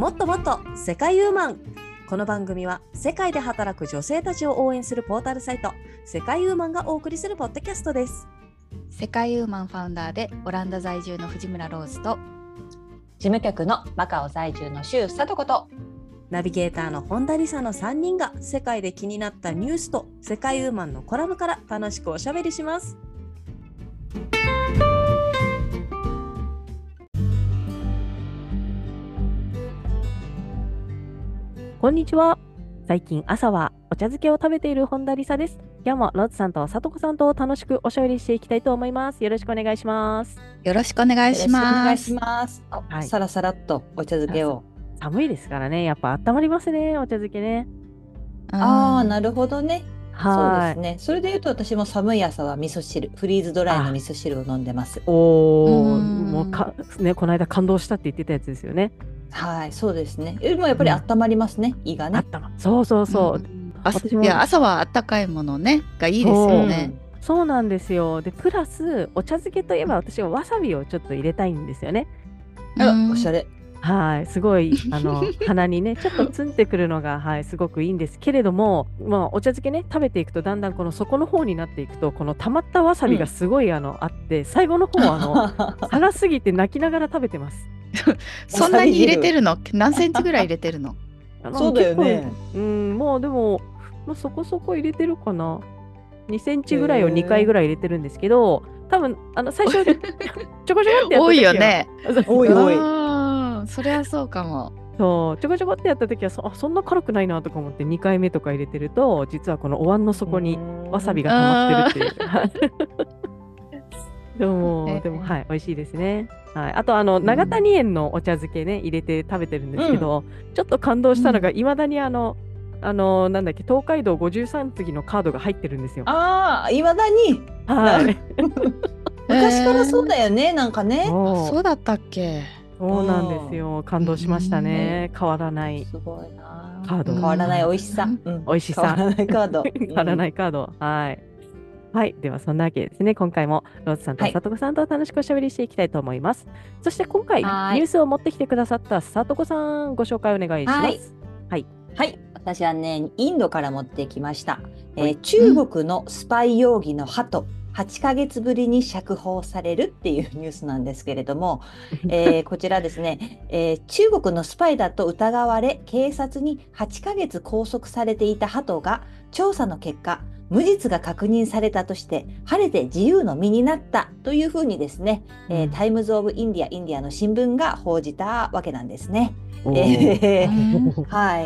もっともっと世界ウーマン。この番組は世界で働く女性たちを応援するポータルサイト世界ウーマンがお送りするポッドキャストです。 世界ウーマンファウンダーでオランダ在住の藤村ローズと事務局のマカオ在住の周佐とことナビゲーターの本田理沙の3人が世界で気になったニュースと世界ウーマンのコラムから楽しくおしゃべりします。こんにちは。最近朝はお茶漬けを食べている本田理沙です。今日もロッツさんとさとこさんと楽しくおしゃべりしていきたいと思います。よろしくお願いします。 よろしくお願いします。 はい、サラサラっとお茶漬けを。 寒いですからね、やっぱ温まりますね、お茶漬けね。 ああ、なるほどね。 はい。 そうですね。それで言うと私も寒い朝は味噌汁、フリーズドライの味噌汁を飲んでます。 もうね、この間感動したって言ってたやつですよね。 はい、そうですね。でもやっぱり温まりますね、胃がね。 そうそうそう。 いや、朝は温かいものねがいいですよね。 そうなんですよ。でプラスお茶漬けといえば私はわさびをちょっと入れたいんですよね。 おしゃれ。 はい、すごい鼻にねちょっとツンってくるのが、はい、すごくいいんですけれども、お茶漬けね食べていくとだんだんこの底の方になっていくとこの溜まったわさびがすごいあって最後の方辛すぎて泣きながら食べてます。 そんなに入れてるの？何センチぐらい入れてるの？ そうだよね。 もうでも、そこそこ入れてるかな。2センチぐらいを2回ぐらい入れてるんですけど、多分最初ちょこちょこってやった時は多いよね。 多い。 そりゃそうかも。 そうちょこちょこってやった時はそんな辛くないなとか思って2回目とか入れてると実はこのお椀の底にわさびが溜まってるっていう。でもはい、美味しいですね。はい、あと長谷園のお茶漬けね入れて食べてるんですけど、ちょっと感動したのがいまだになんだっけ東海道53次のカードが入ってるんですよ。 ああ、いまだに。 はい。 昔からそうだよね、なんかね。 そうだったっけ。 そうなんですよ。感動しましたね。変わらない。 すごいな。 カード。 変わらない美味しさ。 美味しさ。 変わらないカード。 変わらないカード。はい。はい、ではそんなわけですね。今回もローズさんとさとこさんと楽しくおしゃべりしていきたいと思います。そして今回ニュースを持ってきてくださったさとこさん、ご紹介お願いします。 はい。私はね、インドから持ってきました。中国のスパイ容疑の鳩、8ヶ月ぶりに釈放されるっていうニュースなんですけれども、こちらですね、中国のスパイだと疑われ警察に8ヶ月拘束されていた鳩が調査の結果無実が確認されたとして晴れて自由の身になったというふうにですね、タイムズ・オブ・インディアの新聞が報じたわけなんですね。はい、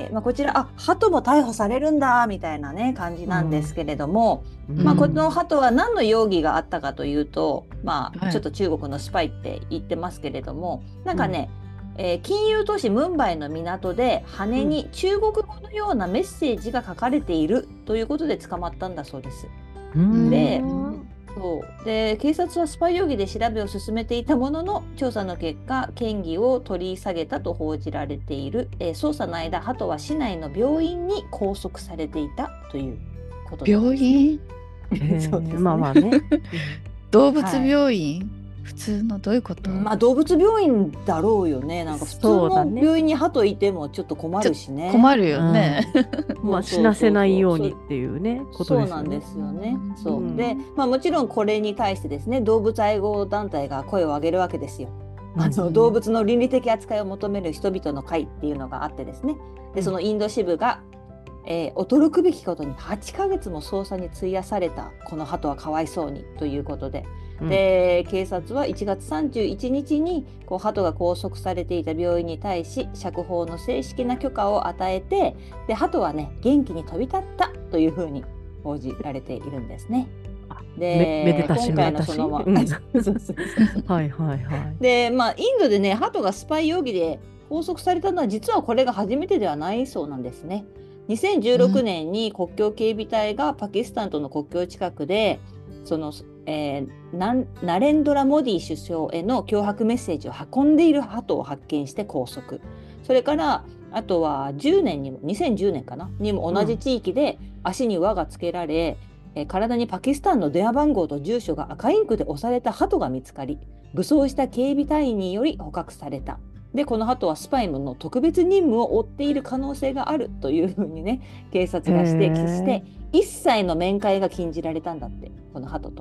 こちら鳩も逮捕されるんだみたいなね感じなんですけれども、この鳩は何の容疑があったかというと、ちょっと中国のスパイって言ってますけれども、なんかね、金融都市ムンバイの港で羽に中国語のようなメッセージが書かれているということで捕まったんだそうです。で警察はスパイ容疑で調べを進めていたものの調査の結果嫌疑を取り下げたと報じられている。捜査の間鳩は市内の病院に拘束されていたということです。 病院そうですね。 ね動物病院、普通のどういうこと？ 動物病院だろうよね。なんか普通の病院に鳩いてもちょっと困るしね。 困るよね。 死なせないようにっていうねことですよね。 そうなんですよね。そうで、もちろんこれに対してですね動物愛護団体が声を上げるわけですよ。動物の倫理的扱いを求める人々の会っていうのがあってですね。でそのインド支部が驚くべきことに8ヶ月も捜査に費やされたこの鳩はかわいそうにということで、警察は1月31日に鳩が拘束されていた病院に対し釈放の正式な許可を与えて、で鳩はね元気に飛び立ったというふうに報じられているんですね。 でめでたしめでたし。 でインドでね鳩がスパイ容疑で拘束されたのは実はこれが初めてではないそうなんですね。2016年に国境警備隊がパキスタンとの国境近くでその、ナレンドラ・モディ首相への脅迫メッセージを運んでいる鳩を発見して拘束。それからあとは2010年かなにも同じ地域で足に輪がつけられ、体にパキスタンの電話番号と住所が赤インクで押された鳩が見つかり武装した警備隊員により捕獲された。 でこの鳩はスパイの特別任務を負っている可能性があるというふうにね警察が指摘して一切の面会が禁じられたんだってこの鳩と。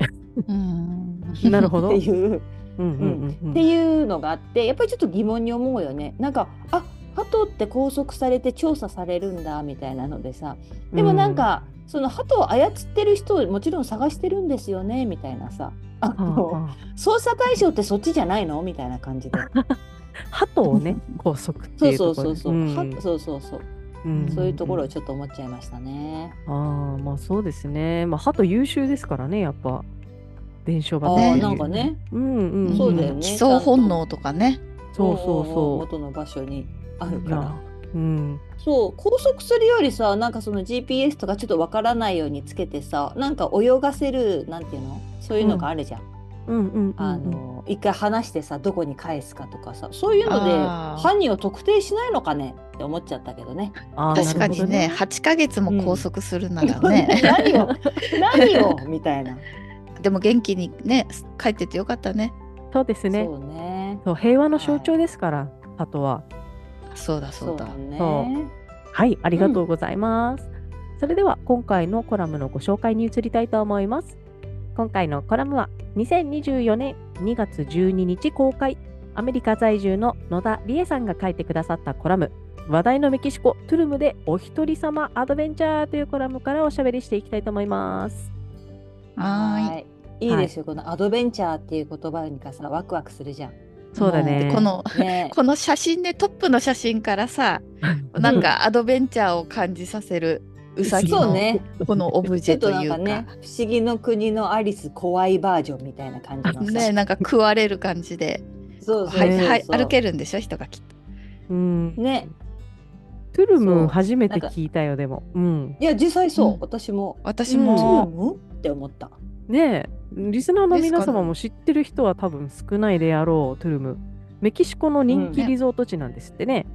なるほど。 っていうっていうのがあってやっぱりちょっと疑問に思うよね。なんか鳩って拘束されて調査されるんだみたいなのでさでもなんか、その鳩を操ってる人をもちろん探してるんですよねみたいなさ捜査対象ってそっちじゃないのみたいな感じで鳩をね拘束っていうところそういうところをちょっと思っちゃいましたね。 まあそうですね。まあ鳩優秀ですからねやっぱ伝承バトル。 なんかね。 そうだよね。帰巣本能とかね。 そう元の場所にあるから。 そう拘束するよりさなんかその GPS とかちょっとわからないようにつけてさなんか泳がせるなんていうのそういうのがあるじゃん。一回離してさどこに返すかとかさそういうので犯人を特定しないのかねって思っちゃったけどね。 確かにね8ヶ月も拘束するならね、 何をみたいな。 でも元気にね帰っててよかったね。 そうですね。そう平和の象徴ですから、鳩は。 そうだね。はい、ありがとうございます。それでは今回のコラムのご紹介に移りたいと思います。今回のコラムは2024年2月12日公開、アメリカ在住の野田理恵さんが書いてくださったコラム、話題のメキシコトゥルムでお一人様アドベンチャーというコラムからおしゃべりしていきたいと思います。 いいですよ、このアドベンチャーっていう言葉にかさワクワクするじゃん。 そうだね。 この写真ねトップの写真からさなんかアドベンチャーを感じさせるうさぎのこのオブジェというか、 ね、不思議の国のアリス怖いバージョンみたいな感じのさねなんか食われる感じで歩けるんでしょ人がきっと。 ね。 トゥルム初めて聞いたよでも。 いや実際そう、私もトゥルムって思った。 ねえリスナーの皆様も知ってる人は多分少ないであろうトゥルム。メキシコの人気リゾート地なんですってね。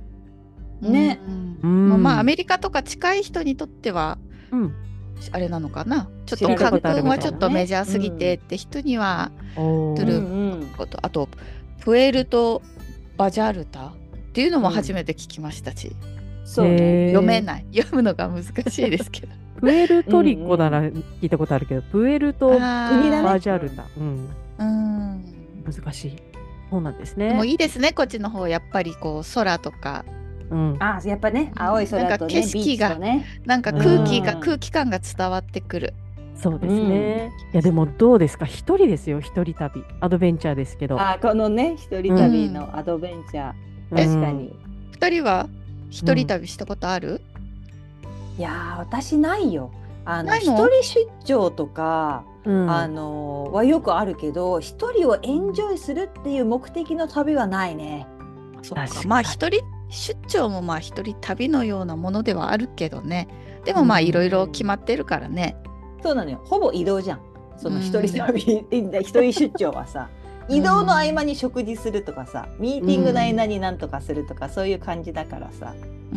まあアメリカとか近い人にとっては、あれなのかなちょっとカンクンはちょっとメジャーすぎてって人にはトゥルムことあとプエルトバジャルタっていうのも初めて聞きましたし、読めない読むのが難しいですけどプエルトリコなら聞いたことあるけどプエルトバジャルタ難しい。そうなんですね。 でもいいですねこっちの方やっぱりこう空とかやっぱね青い空とね景色がなんか空気感が伝わってくる。 そうですね。いやでもどうですか一人ですよ一人旅アドベンチャーですけど。 このね一人旅のアドベンチャー確かに。 2人は一人旅したことある？ いや私ないよ。一人出張とかはよくあるけど一人をエンジョイするっていう目的の旅はないね。 まあ一人出張もまあ一人旅のようなものではあるけどね。でもまあいろいろ決まってるからね。 そうなのよ。ほぼ移動じゃん。その一人旅一人出張はさ移動の合間に食事するとかさミーティングの合間になんとかするとかそういう感じだからさ。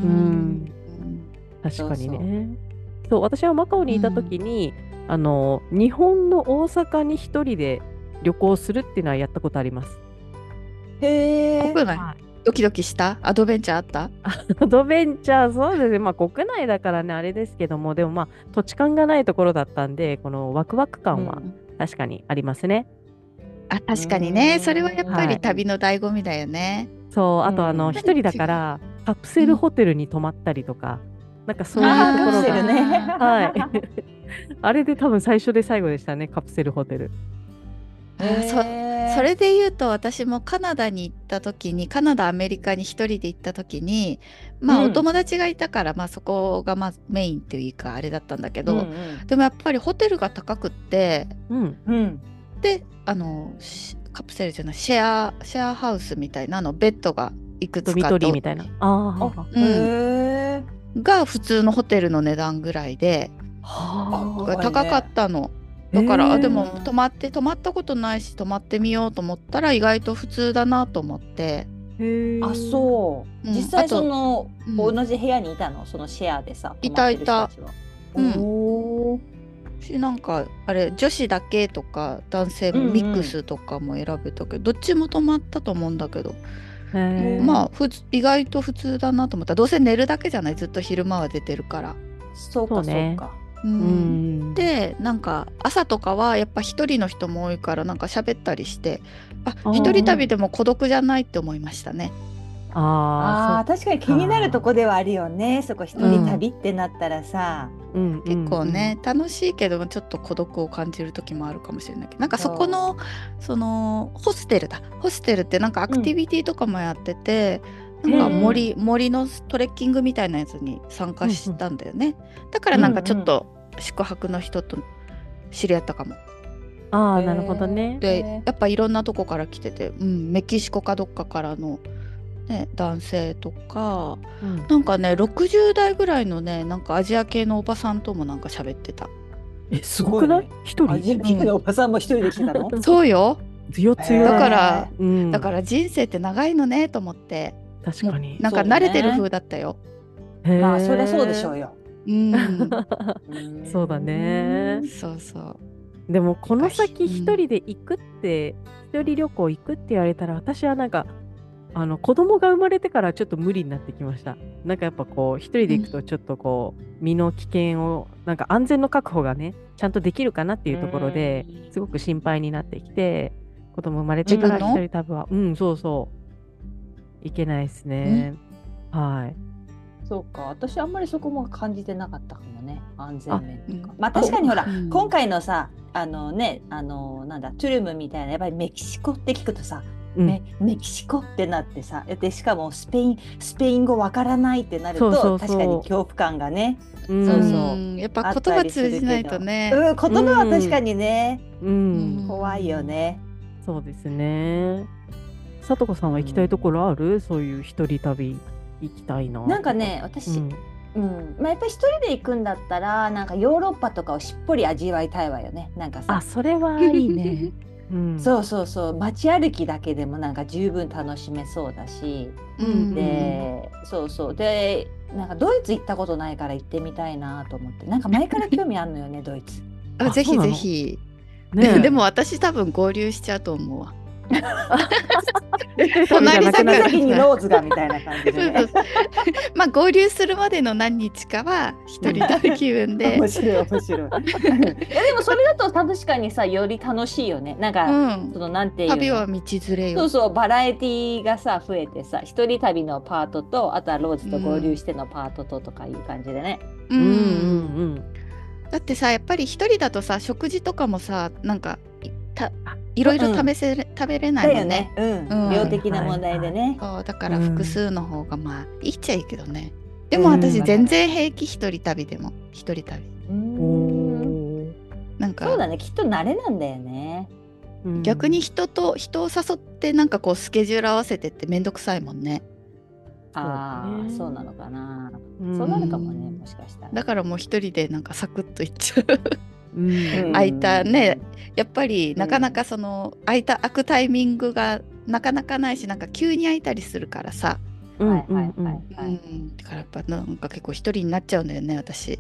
確かにね。そう私はマカオにいた時に日本の大阪に一人で旅行するっていうのはやったことあります。 へー。ドキドキしたアドベンチャーあったアドベンチャーそうですねまあ国内だからねあれですけどもでもまあ土地勘がないところだったんでこのワクワク感は確かにありますね。 確かにねそれはやっぱり旅の醍醐味だよね。 そうあと一人だからカプセルホテルに泊まったりとかなんかそういうところがはいあれで多分最初で最後でしたねカプセルホテル。 それで言うと私もカナダに行った時にカナダアメリカに一人で行った時にまあお友達がいたから、まあそこがまあメインっていうかあれだったんだけど、でもやっぱりホテルが高くって、でカプセルじゃないシェアハウスみたいなベッドがいくつかドミトリーみたいなが普通のホテルの値段ぐらいで高かったの。だからでも泊まったことないし泊まってみようと思ったら意外と普通だなと思って。 そう実際その同じ部屋にいたのそのシェアでさいたなんかあれ女子だけとか男性もミックスとかも選べたけど、どっちも泊まったと思うんだけどまあ意外と普通だなと思った。どうせ寝るだけじゃない、ずっと昼間は出てるから。 そうかそうか。 でなんか朝とかはやっぱ一人の人も多いからなんか喋ったりして、一人旅でも孤独じゃないって思いましたね。 確かに気になるとこではあるよね。そこ一人旅ってなったらさ、 結構ね楽しいけどちょっと孤独を感じる時もあるかもしれないけど、なんかそこのそのホステルってなんかアクティビティとかもやってて、なんか森のトレッキングみたいなやつに参加したんだよね。だからなんかちょっと宿泊の人と知り合ったかも。 なるほどね。 でやっぱいろんなとこから来てて、メキシコかどっかからのね、男性とか、なんかね60代ぐらいのねなんかアジア系のおばさんともなんか喋ってた。 すごくない？一人アジア系のおばさんも一人で来てたの？ そうよ。 強強だから人生って長いのねと思って。 確かになんか慣れてる風だったよ。 まあそりゃそうでしょうよ。 そうだね。 そうそう。 でもこの先一人で行くって一人旅行行くって言われたら、私はなんか子供が生まれてからちょっと無理になってきました。なんかやっぱこう一人で行くとちょっとこう身の危険をなんか安全の確保がねちゃんとできるかなっていうところですごく心配になってきて、子供生まれてから一人旅はそうそういけないですね。はい。 そうか、私あんまりそこも感じてなかったかもね、安全面とか。まあ確かにほら、今回のさなんだトゥルムみたいなやっぱりメキシコって聞くとさ、メキシコってなってさ、でしかもスペイン語わからないってなると確かに恐怖感がね、 やっぱ言葉通じないとね、 言葉は確かにね、怖いよね。 そうですね。さとこさんは行きたいところある？そういう一人旅行きたいな。 なんかね私、まあ、やっぱり一人で行くんだったらなんかヨーロッパとかをしっぽり味わいたいわよね。なんかさ、 それはいいね。 そう街歩きだけでもなんか十分楽しめそうだし、ででなんかドイツ行ったことないから行ってみたいなと思って、なんか前から興味あるのよねドイツ。 ぜひぜひ。でも私多分合流しちゃうと思うわ。 隣先にローズがみたいな感じで、ね、 まあ合流するまでの何日かは一人旅気分で面白いいやでもそれだと確かにさより楽しいよね。なんか、そのなんていうの、 旅は道連れよ。 そうバラエティがさ増えてさ、一人旅のパートとあとはローズと合流してのパートとかいう感じでね。 だってさやっぱり一人だとさ食事とかもさなんかいろいろ食べれないもんね。 量的な問題でね。 だから複数の方がまあいいっちゃいいけどね。でも私全然平気、一人旅でも一人旅。なんかそうだね、きっと慣れなんだよね。 逆に人を誘ってなんかこうスケジュール合わせてってめんどくさいもんね。 そうなのかな。そうなるかもね、もしかしたら。 だからもう一人でなんかサクッといっちゃう。空いたね、やっぱりなかなかその開くタイミングがなかなかないし、なんか急に開いたりするからさ、だからやっぱなんか結構一人になっちゃうんだよね私。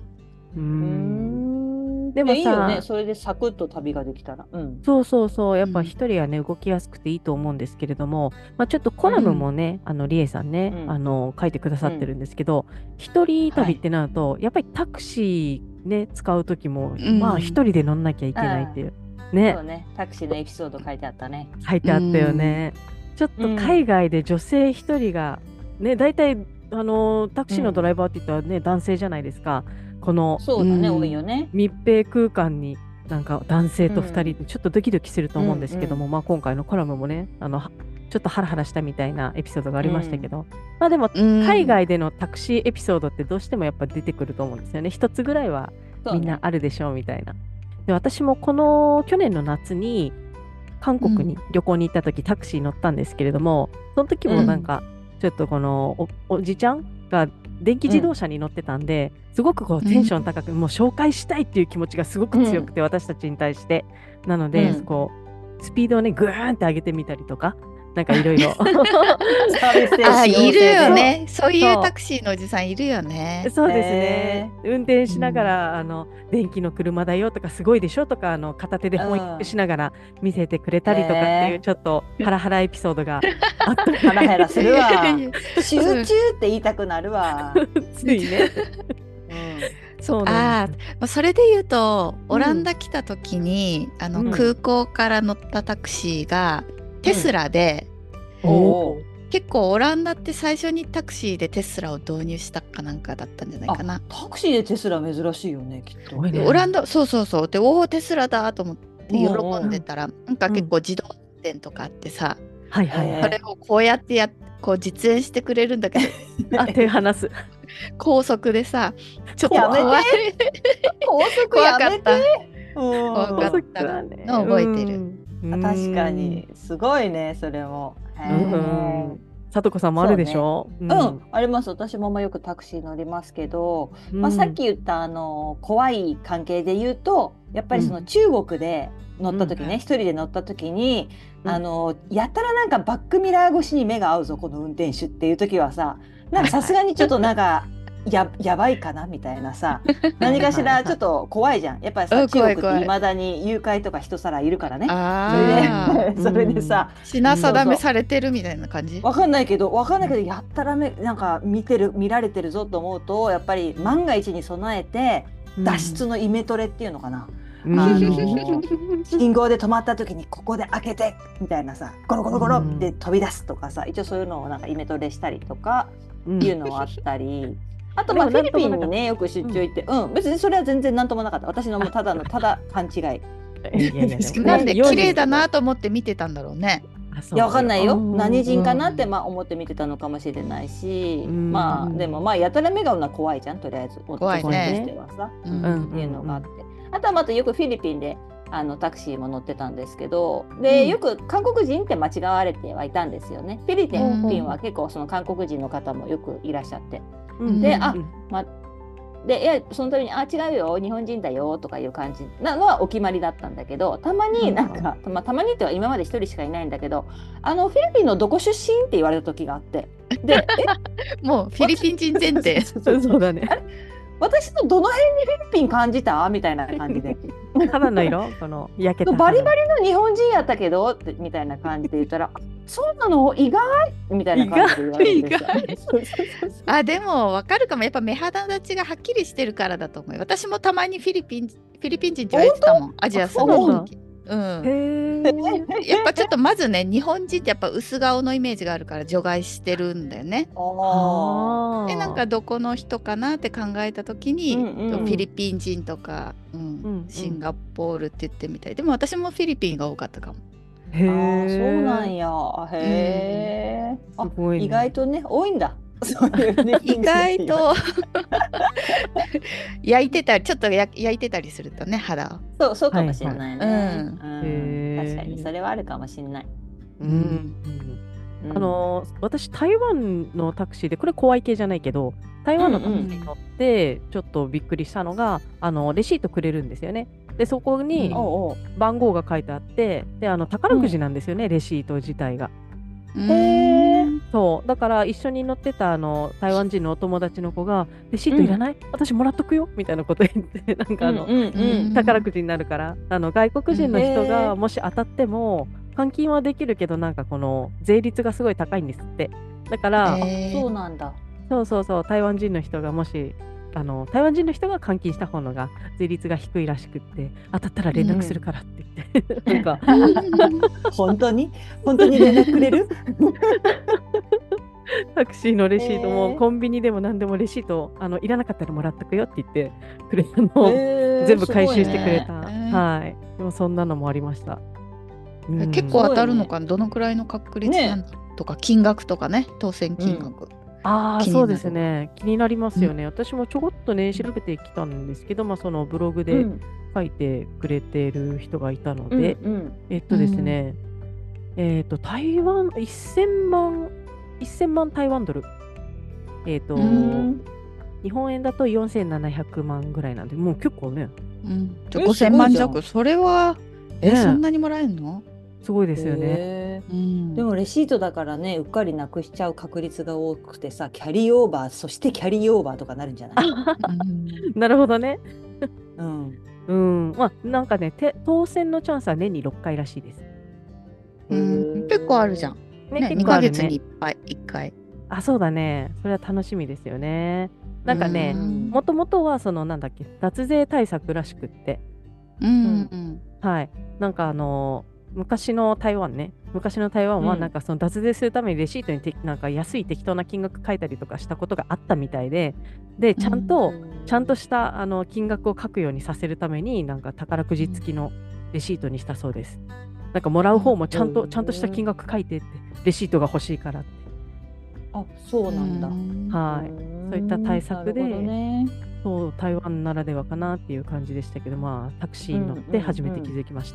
でもさ、いいよね、それでサクッと旅ができたら。 そうやっぱ一人はね動きやすくていいと思うんですけれども、ちょっとコラムもね、リエさんね、書いてくださってるんですけど、一人旅ってなるとやっぱりタクシーね使う時もまあ一人で乗んなきゃいけないっていうね。 そうね、タクシーのエピソード書いてあったね。 書いてあったよね。ちょっと海外で女性一人がね、大体タクシーのドライバーって言ったらね男性じゃないですか。このそうだね、多いよね。 密閉空間になんか男性と2人でちょっとドキドキすると思うんですけども、今回のコラムもねちょっとハラハラしたみたいなエピソードがありましたけど、でも海外でのタクシーエピソードってどうしてもやっぱ出てくると思うんですよね。一つぐらいはみんなあるでしょうみたいな。で私もこの去年の夏に韓国に旅行に行った時、タクシー乗ったんですけれども、その時もなんかちょっとこの おじちゃんが電気自動車に乗ってたんで、すごくこうテンション高く、もう紹介したいっていう気持ちがすごく強くて、私たちに対して。なので、こうスピードをねグーンって上げてみたりとかなんかいろいろ。 サービス精あ、 神旺いる盛で。 よね。そういうそうタクシーのおじさんいるよね。 そうですね。運転しながうんら、電気の車だよとか、すごいでしょとか、片手で翻訳しながら見せてくれたりとかっていう、ちょっとハラハラエピソードがあったりハラハラするわ。集うん中って言いたくなるわ。 ついね。そうなんです。 まあそれで言うと、オランダ来た時に、 うん空港から乗ったタクシーがテスラで、 おー結構オランダって最初にタクシーでテスラを導入したかなんかだったんじゃないかな。 タクシーでテスラ珍しいよね、きっと。 すごいねでオランダ、そうそうそう。で、おお、テスラだと思って喜んでたら、なんか結構自動運転とかあってさ、 はいはいはい。 それをこうやってこう実演してくれるんだけど、 あ、手離す。 高速でさ、ちょっとやめて怖い。 高速怖やめ。 かってた。 怖怖かったの覚えてる。 確かにすごいね、それも。へーさとこさんもあるでしょ。 あります。私もよくタクシー乗りますけど、さっき言った怖い関係で言うと、やっぱりその中国で乗った時ね、一人で乗った時に、やたらなんかバックミラー越しに目が合うぞこの運転手っていう時はさ、なんかさすがにちょっとなんかやばいかなみたいなさ、何かしらちょっと怖いじゃん。やっぱりさ、中国っていまだに誘拐とか人さらいるからね。それでさ、 品定めされてるみたいな感じ。 わかんないけどやったらなんか見られてるぞと思うと、やっぱり万が一に備えて脱出のイメトレっていうのかな。信号で止まった時にここで開けてみたいなさ、ゴロゴロゴロって飛び出すとかさ、一応そういうのをなんかイメトレしたりとかいうのはあったり。あとフィリピンにねよく出張行って、別にそれは全然なんともなかった。私のもうただ勘違い。 なんで綺麗だなと思って見てたんだろうね。 いやわかんないよ。何人かなって思って見てたのかもしれないし、でもやたら目が合うのは怖いじゃん、とりあえず。 怖いね。 としてはさ、っていうのがあって。あとはまたよくフィリピンでタクシーも乗ってたんですけど、でよく韓国人って間違われてはいたんですよね。フィリピンは結構その韓国人の方もよくいらっしゃって。で、そのために違うよ日本人だよとかいう感じなのはお決まりだったんだけど、たまになんか、たまにっては今まで一人しかいないんだけど、フィリピンのどこ出身って言われた時があって、でもうフィリピン人前提。 そうだね。 私のどの辺にフィリピン感じたみたいな感じで肌の色この焼けたバリバリの日本人やったけどってみたいな感じで言ったらそうなの意外みたいな感じで言われてでも分かるかも。やっぱ目肌立ちがはっきりしてるからだと思う。私もたまにフィリピン人って言われてたもん。アジア住んでる時。やっぱちょっとまずね、日本人ってやっぱ薄顔のイメージがあるから除外してるんだよね。でなんかどこの人かなって考えた時に、フィリピン人とか、シンガポールって言ってみたい。でも私もフィリピンが多かったかも。 そうなんや。へえ。意外とね多いんだ。 意外と焼いてたりちょっと焼いてたりするとね、肌を。そうかもしれないね。確かにそれはあるかもしれない。 私台湾のタクシーで、これ怖い系じゃないけど、台湾のタクシーに乗ってちょっとびっくりしたのが、レシートくれるんですよね。でそこに番号が書いてあって、で宝くじなんですよね、レシート自体が。そうだから一緒に乗ってた台湾人のお友達の子が「レシートいらない？私もらっとくよ」みたいなこと言って、なんか宝くじになるから、外国人の人がもし当たっても換金はできるけど、なんかこの税率がすごい高いんですって。だからそうなんだ。 そう台湾人の人がもし台湾人の人が換金した方のが税率が低いらしくって、当たったら連絡するからって言って、なんか本当に連絡くれるタクシーのレシートもコンビニでも何でもレシートいらなかったらもらっとくよって言ってくれたのを全部回収してくれた。はい。でもそんなのもありました。 結構当たるのかな、どのくらいの確率なのとか、金額とかね、当選金額。 そうですね、気になりますよね。私もちょこっとね調べてきたんですけど、そのブログで書いてくれてる人がいたので、ですね、台湾1000万台湾ドル、日本円だと4700万ぐらいなんで、もう結構ね、 5000万弱。それはそんなにもらえるの？ すごいですよね。 へでもレシートだからね、うっかりなくしちゃう確率が多くてさ、キャリーオーバー、そしてキャリーオーバーとかなるんじゃない？ なるほどね。 うん。 うん。まあ、なんかね、当選のチャンスは年に6回らしいです。 結構あるじゃん。 ね、 2 結構あるヶ月にね。 1回。 あ、そうだね。それは楽しみですよね。なんかね、もともとはなんだっけ、脱税対策らしくって。はい。なんか昔の台湾はなんかその脱税するためにレシートになんか安い適当な金額書いたりとかしたことがあったみたいで、ちゃんとした金額を書くようにさせるために、なんか宝くじ付きのレシートにしたそうです。なんかもらう方もちゃんとした金額書いてって、レシートが欲しいからって。 あ、そうなんだ。 はい。そういった対策で、 ね、 そう台湾ならではかなっていう感じでしたけど、まあタクシーに乗って初めて気づきました。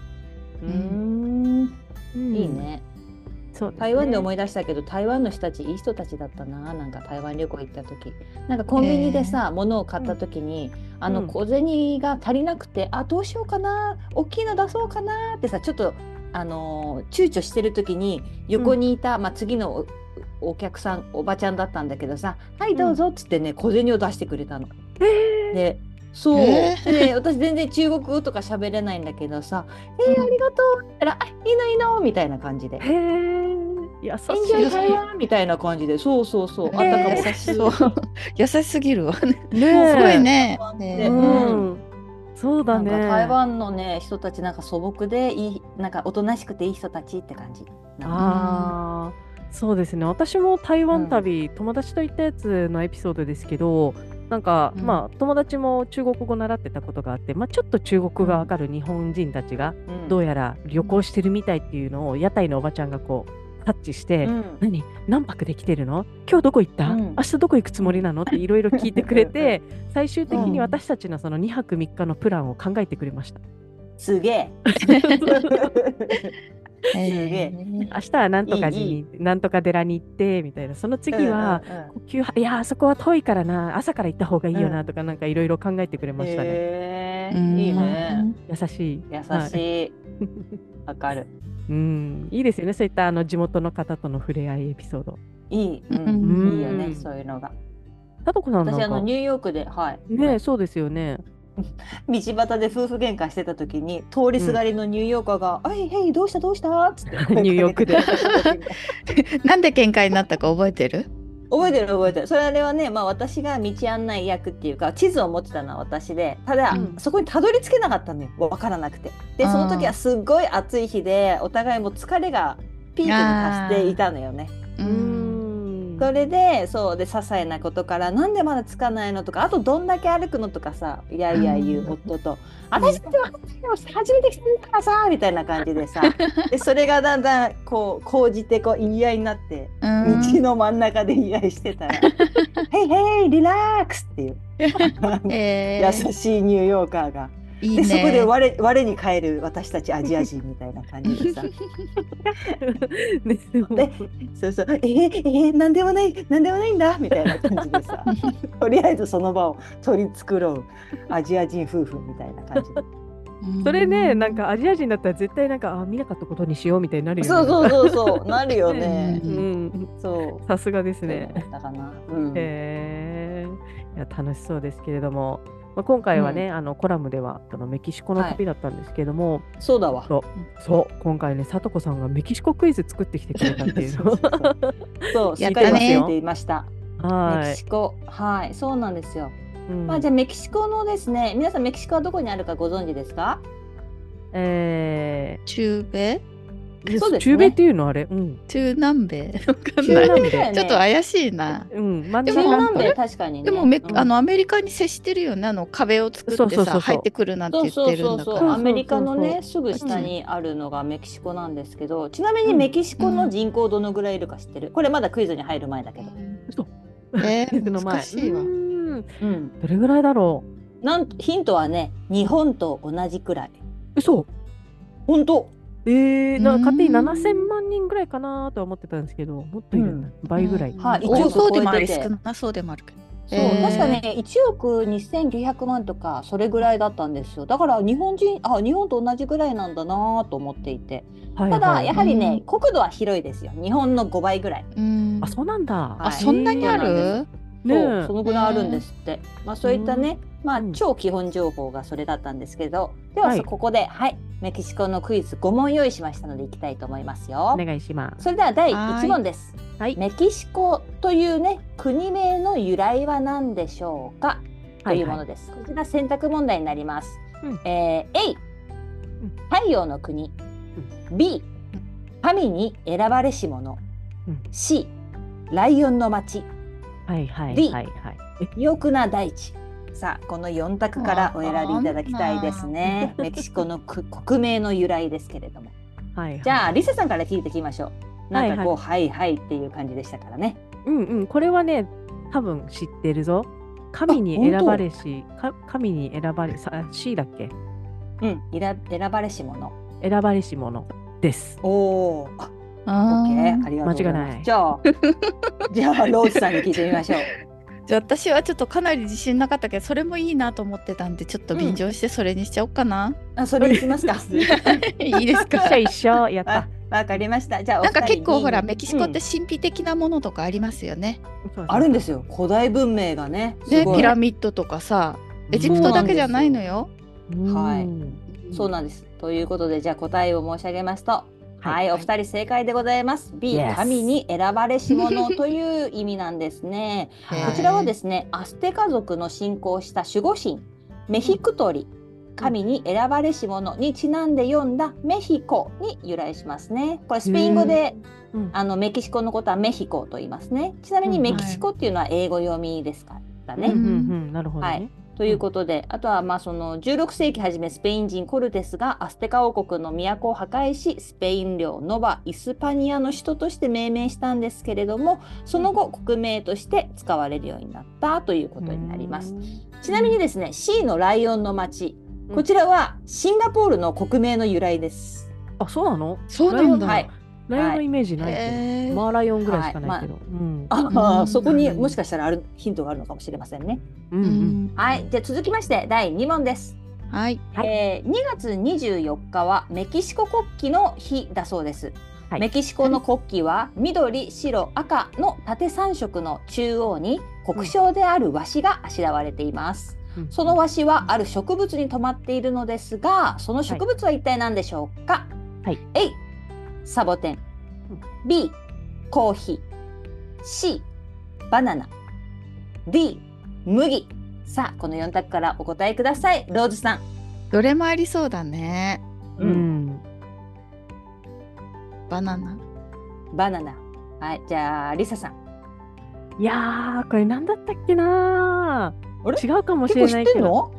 いいね。そうですね。台湾で思い出したけど、台湾の人たちいい人たちだったな。なんか台湾旅行行った時、なんかコンビニでさ、物を買った時に、小銭が足りなくて、あ、どうしようかな、大きいの出そうかなってさ、ちょっと躊躇してる時に横にいた、まあ、次のお客さん、おばちゃんだったんだけどさ、はいどうぞっつってね、小銭を出してくれたの。で、そう、で私全然中国語とか喋れないんだけどさ、ありがとうって言ったら、いいのいいのみたいな感じで。優しいみたいな感じで、そうそうそう、あったかも優しそう。優しすぎるわね。 ね、 すごいね。 そうだね。 なんか台湾のね、人たちなんか素朴でいい、なんかおとなしくていい人たちって感じ。 ああ、そうですね。私も台湾旅、友達と行ったやつのエピソードですけど、なんか、まあ友達も中国語習ってたことがあって、まあちょっと中国語がわかる日本人たちがどうやら旅行してるみたいっていうのを屋台のおばちゃんがこうタッチして、何泊で来てるの？今日どこ行った？明日どこ行くつもりなの？っていろいろ聞いてくれて、最終的に私たちのその2泊3日のプランを考えてくれました。 すげえ。 明日はなんとか寺になんとか寺に行ってみたいな、その次は呼吸、いやあそこは遠いからな、朝から行った方がいいよなとか、なんかいろいろ考えてくれましたね。 いいね。 優しい。 優しい。わかる。 いいですよね、そういった地元の方との触れ合いエピソード。 いいよね、そういうのが。 さとこさんなんか私ニューヨークで、 ね、そうですよね。 道端で夫婦喧嘩してた時に通りすがりのニューヨーカーが「はいはい、どうしたどうした?」っつってニューヨークでなんで喧嘩になったか覚えてる？ 覚えてる。それはね、まあ、私が道案内役っていうか地図を持ってたのは私で、ただ、そこにたどり着けなかったのよ、分からなくて。でその時はすっごい暑い日でお互いも疲れがピークに達していたのよね。それでそうで、些細なことからなんでまだつかないのとか、あとどんだけ歩くのとかさ、いやいや言う夫と、私だって分かってよ、初めて来たんだからさみたいな感じでさ、でそれがだんだんこう講じてこう言い合いになって、道の真ん中で言い合いしてたら「ヘイヘイリラックス」っていう優しいニューヨーカーが。いいね、でそこで我に返る私たちアジア人みたいな感じでさでそうそうなんでもないんだみたいな感じでさとりあえずその場を取り繕うアジア人夫婦みたいな感じで。 それね、なんかアジア人だったら絶対なんか見なかったことにしようみたいになるよね。 そうなるよね。 そう、さすがですね。 だかな。 いや楽しそうですけれども。今回はね、コラムではメキシコの旅だったんですけども、 そうだわ。 そう今回ね、さとこさんがメキシコクイズ作ってきてくれたっていうのそうしっかり忘れていました。メキシコ、そうなんですよ。まあじゃあメキシコのですね、皆さんメキシコはどこにあるかご存知ですか？ 中米？ そうですね。 中米っていうのあれ？ 中南米？わかんない。ちょっと怪しいな。 でも中南米確かにね。 でもアメリカに接してるよね。壁を作ってさ入ってくるなんて言ってるんだから。 アメリカのねすぐ下にあるのがメキシコなんですけど、ちなみにメキシコの人口どのぐらいいるか知ってる？これまだクイズに入る前だけど。 難しいわ。 どれぐらいだろう？ヒントはね、日本と同じくらい。 嘘？ 本当？ 勝手に7000万人ぐらいかなとは思ってたんですけど、もっといるんだ、倍ぐらい。 多そうでもあり少なそうでもあるけど。 そう、確かね、1億2900万とか、それぐらいだったんですよ。だから日本と同じぐらいなんだなと思っていて。ただ、やはりね、国土は広いですよ。日本の5倍ぐらい。 あ、そうなんだ。 あ、そんなにある？ そう、そのぐらいあるんですって。そういったね、超基本情報がそれだったんですけど、ではここで、メキシコのクイズ5問用意しましたので、いきたいと思いますよ。 お願いします。 それでは第1問です。メキシコというね、国名の由来は何でしょうかというものです。こちら選択問題になります。A、太陽の国。B、神に選ばれし者。C、ライオンの町。D、肥沃な大地。さあ、この4択からお選びいただきたいですね。メキシコの国名の由来ですけれども。じゃあ、リサさんから聞いていきましょう。なんかこう、はいっていう感じでしたからね。 これはね、多分知ってるぞ。神に選ばれし、神に選ばれ、C だっけ？ 選ばれし者。 選ばれし者です。 オッケー、ありがとうございます。間違いない。じゃあローズさんに聞いてみましょう。 じゃあ私はちょっとかなり自信なかったけど、それもいいなと思ってたんで、ちょっと便乗してそれにしちゃおうかな。 それにしますか。 いいですか。 一緒やった。 わかりました。じゃあなんか結構ほらメキシコって神秘的なものとかありますよね。 あるんですよ。古代文明がね。 ピラミッドとかさ、エジプトだけじゃないのよ。 はい。そうなんです。ということで、じゃあ答えを申し上げますと、お二人正解でございます。B、神に選ばれし者という意味なんですね。こちらはですね、アステカ族の信仰した守護神メヒクトリ、神に選ばれし者にちなんで読んだメヒコに由来しますね。これスペイン語でメキシコのことはメヒコと言いますね。ちなみにメキシコっていうのは英語読みですからね。 なるほどね。 ということで、あとはその16世紀初めスペイン人コルテスがアステカ王国の都を破壊し、スペイン領ノバ・イスパニアの首都として命名したんですけれども、その後国名として使われるようになったということになります。ちなみにですね、 C のライオンの町、こちらはシンガポールの国名の由来です。 あ、そうなの？ そうなんだ。 ライオンのイメージないけど、マーライオンぐらいしかないけど、 そこにもしかしたらヒントがあるのかもしれませんね。はい、じゃあ続きまして第2問です。2月24日はメキシコ国旗の日だそうです。メキシコの国旗は緑、白、赤の縦3色の中央に国章であるワシがあしらわれています。そのワシはある植物に止まっているのですが、その植物は一体何でしょうか？A、サボテン、B、コーヒー、C、バナナ、D、麦。さあ、この4択からお答えください。ローズさん。 どれもありそうだね。バナナ。 はい、じゃあリサさん。 いやー、これ何だったっけなー。違うかもしれないけど。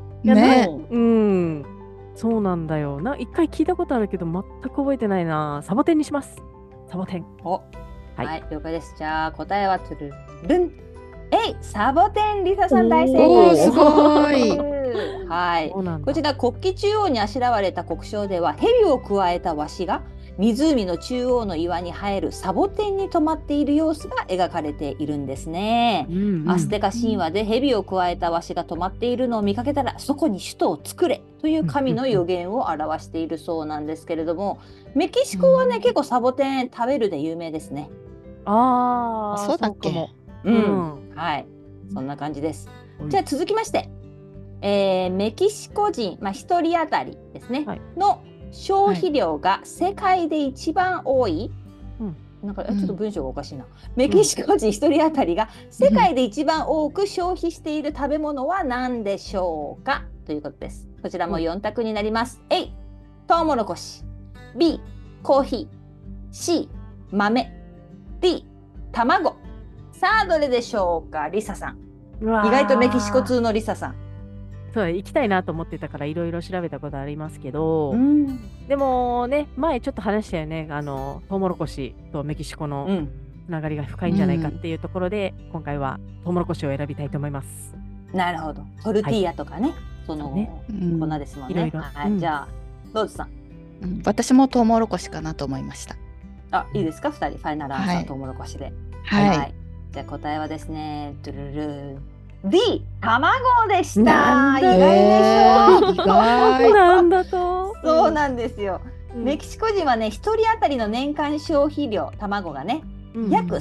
そうなんだよ。一回聞いたことあるけど全く覚えてないな。サボテンにします。サボテン。 はい、了解です。じゃあ答えはトゥルルン。サボテン、リサさん大正解。 すごい。 はい。こちら国旗中央にあしらわれた国章では、蛇をくわえたワシが湖の中央の岩に生えるサボテンに止まっている様子が描かれているんですね。アステカ神話で蛇をくわえたワシが止まっているのを見かけたら、そこに首都を作れという神の予言を表しているそうなんですけれども、メキシコはね、結構サボテン食べるで有名ですね。 そうだっけ？ はい、そんな感じです。じゃあ続きまして、メキシコ人、1人当たりですね、の消費量が世界で一番多い、なんかちょっと文章がおかしいな。メキシコ人1人当たりが世界で一番多く消費している食べ物は何でしょうかということです。こちらも4択になります。A、トウモロコシ、B、コーヒー、C、豆、D、卵。さあ、どれでしょうか、リサさん。意外とメキシコ通のリサさん。 そう行きたいなと思ってたからいろいろ調べたことありますけど、でもね、前ちょっと話したよね、トウモロコシとメキシコのつながりが深いんじゃないかっていうところで、今回はトウモロコシを選びたいと思います。 なるほど。トルティーヤとかね、その粉ですもんね。いろいろ。じゃあローズさん。 私もトウモロコシかなと思いました。 いいですか、2人ファイナルアンサートウモロコシで。じゃあ答えはですね、トゥルル D、卵でした。 なんだ意外でしょ。 意外。 なんだと。 そうなんですよ。 うんメキシコ人はね、1人当たりの年間消費量、卵がね、 うん約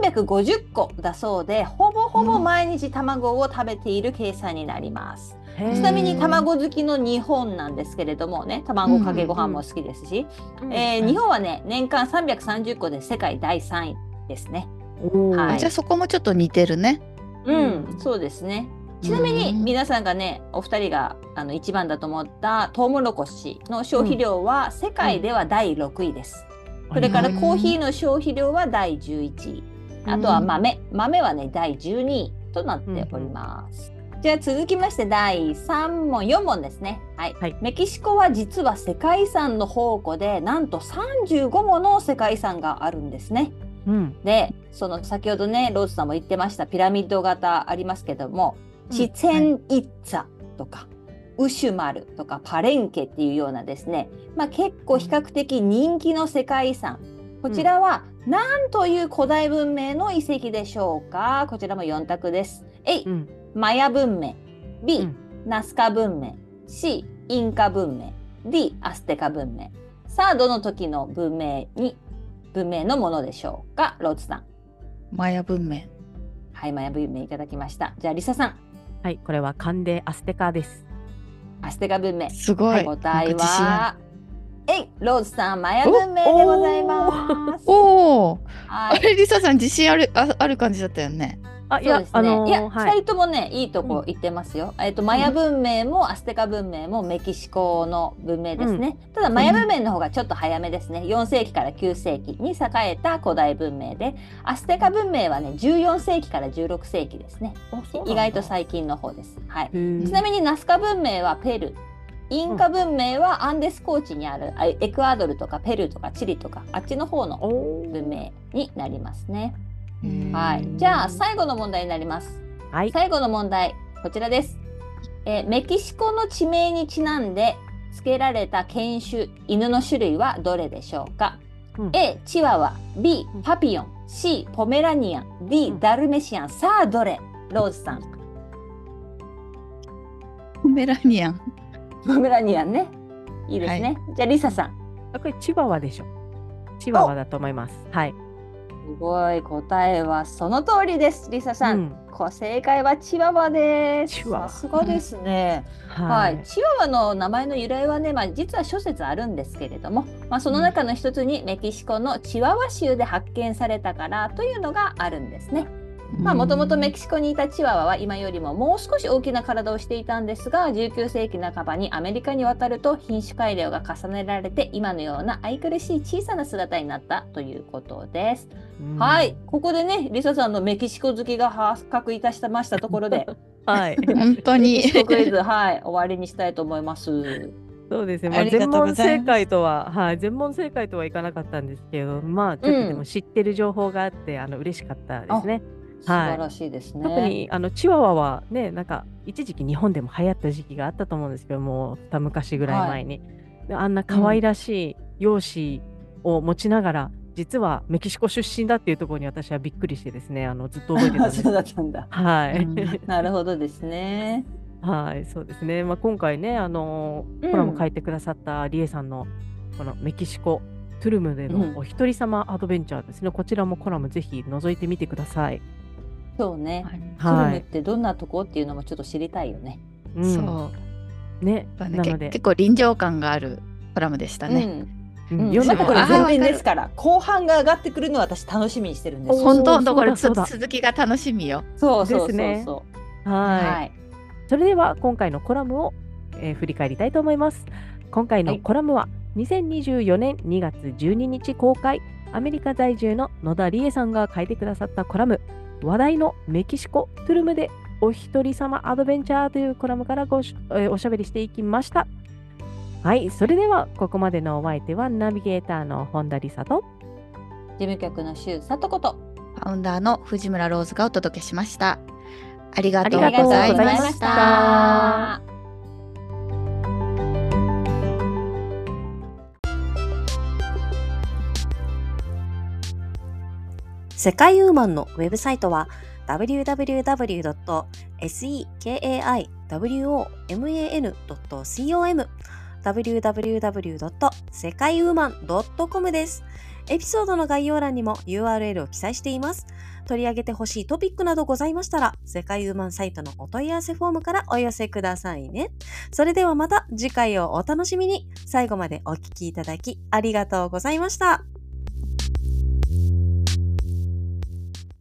350個だそうで、ほぼほぼ毎日卵を食べている計算になります。 へーちなみに卵好きの日本なんですけれどもね、卵かけご飯も好きですし、日本はね、年間330個で世界第3位ですね。 おーはいじゃあそこもちょっと似てるね。 うん、そうですね。ちなみに皆さんがね、お二人が一番だと思ったトウモロコシの消費量は世界では第6位です。それからコーヒーの消費量は第11位。あとは豆はね、第12位となっております。じゃあ続きまして第3問、4問ですね。はい。メキシコは実は世界遺産の宝庫で、なんと35もの世界遺産があるんですね。で、その先ほどね、ローズさんも言ってましたピラミッド型ありますけども、チチェンイッツァとか、ウシュマルとかパレンケっていうようなですね、結構比較的人気の世界遺産。こちらは何という古代文明の遺跡でしょうか。こちらも4択です。A、マヤ文明。B、ナスカ文明。C、インカ文明。D、アステカ文明。さあ、どの時の文明のものでしょうか。ローズさん。 マヤ文明。 はい、マヤ文明いただきました。じゃあリサさん。 はい、これはカンデアステカです。 アステカ文明。 すごい。 答えはローズさん、マヤ文明でございます。 おお、あれリサさん自信ある感じだったよね。 いや、2人ともね、いいとこ言ってますよ。マヤ文明もアステカ文明もメキシコの文明ですね。ただマヤ文明の方がちょっと早めですね。4世紀から9世紀に栄えた古代文明で、アステカ文明はね、14世紀から16世紀ですね。意外と最近の方です。はい。ちなみにナスカ文明はペルー。インカ文明はアンデス高地にあるエクアドルとかペルーとかチリとかあっちの方の文明になりますね。はい、じゃあ最後の問題になります。はい、最後の問題こちらです。メキシコの地名にちなんで付けられた犬種犬の種類はどれでしょうか。A チワワ、B パピヨン、C ポメラニアン、D ダルメシアン。さあどれ。ローズさん。 ポメラニアン。 ポメラニアンね。いいですね。じゃあリサさん。 これチワワでしょ。チワワだと思います。はい。 すごい、答えはその通りです。リサさん、正解はチワワです。さすがですね。はい、チワワの名前の由来はね、実は諸説あるんですけれども、その中の一つにメキシコのチワワ州で発見されたからというのがあるんですね。もともとメキシコにいたチワワは今よりももう少し大きな体をしていたんですが、19世紀半ばにアメリカに渡ると品種改良が重ねられて今のような愛くるしい小さな姿になったということです。はい、ここでね、リサさんのメキシコ好きが発覚いたしましたところで、 はい、本当にメキシコクイズ、はい、終わりにしたいと思います。 そうですね。全問正解とは、全問正解とはいかなかったんですけど、ちょっとでも知ってる情報があって、嬉しかったですね。 素晴らしいですね。 特にチワワはね、なんか一時期日本でも流行った時期があったと思うんですけども、二昔ぐらい前に、あんな可愛らしい容姿を持ちながら、実はメキシコ出身だっていうところに私はびっくりしてですね、ずっと覚えてたんです。 そうだったんだ。 はい。 なるほどですね。 はい、そうですね。今回ね、コラム書いてくださったリエさんのこのメキシコトゥルムでのお一人様アドベンチャーですね。こちらもコラムぜひ覗いてみてください。 そうね。トゥルムってどんなとこっていうのもちょっと知りたいよね。 そうね。なので結構臨場感があるコラムでしたね。 またこれ前編ですから、後半が上がってくるのを私楽しみにしてるんです。 本当だから続きが楽しみよ。 そうですね。 はい。それでは今回のコラムを振り返りたいと思います。今回のコラムは2024年2月12日公開、アメリカ在住の野田理恵さんが書いてくださったコラム、話題のメキシコトゥルムでお一人様アドベンチャーというコラムからおしゃべりしていきました。はい、それではここまでのお相手はナビゲーターの本田理沙と事務局の周里子とファウンダーの藤村ローズがお届けしました。ありがとうございました。 世界ウーマンのウェブサイトは www.sekaiwoman.com www.sekaiwoman.com です。エピソードの概要欄にも URL を記載しています。取り上げてほしいトピックなどございましたら、世界ウーマンサイトのお問い合わせフォームからお寄せくださいね。それではまた次回をお楽しみに。最後までお聞きいただきありがとうございました。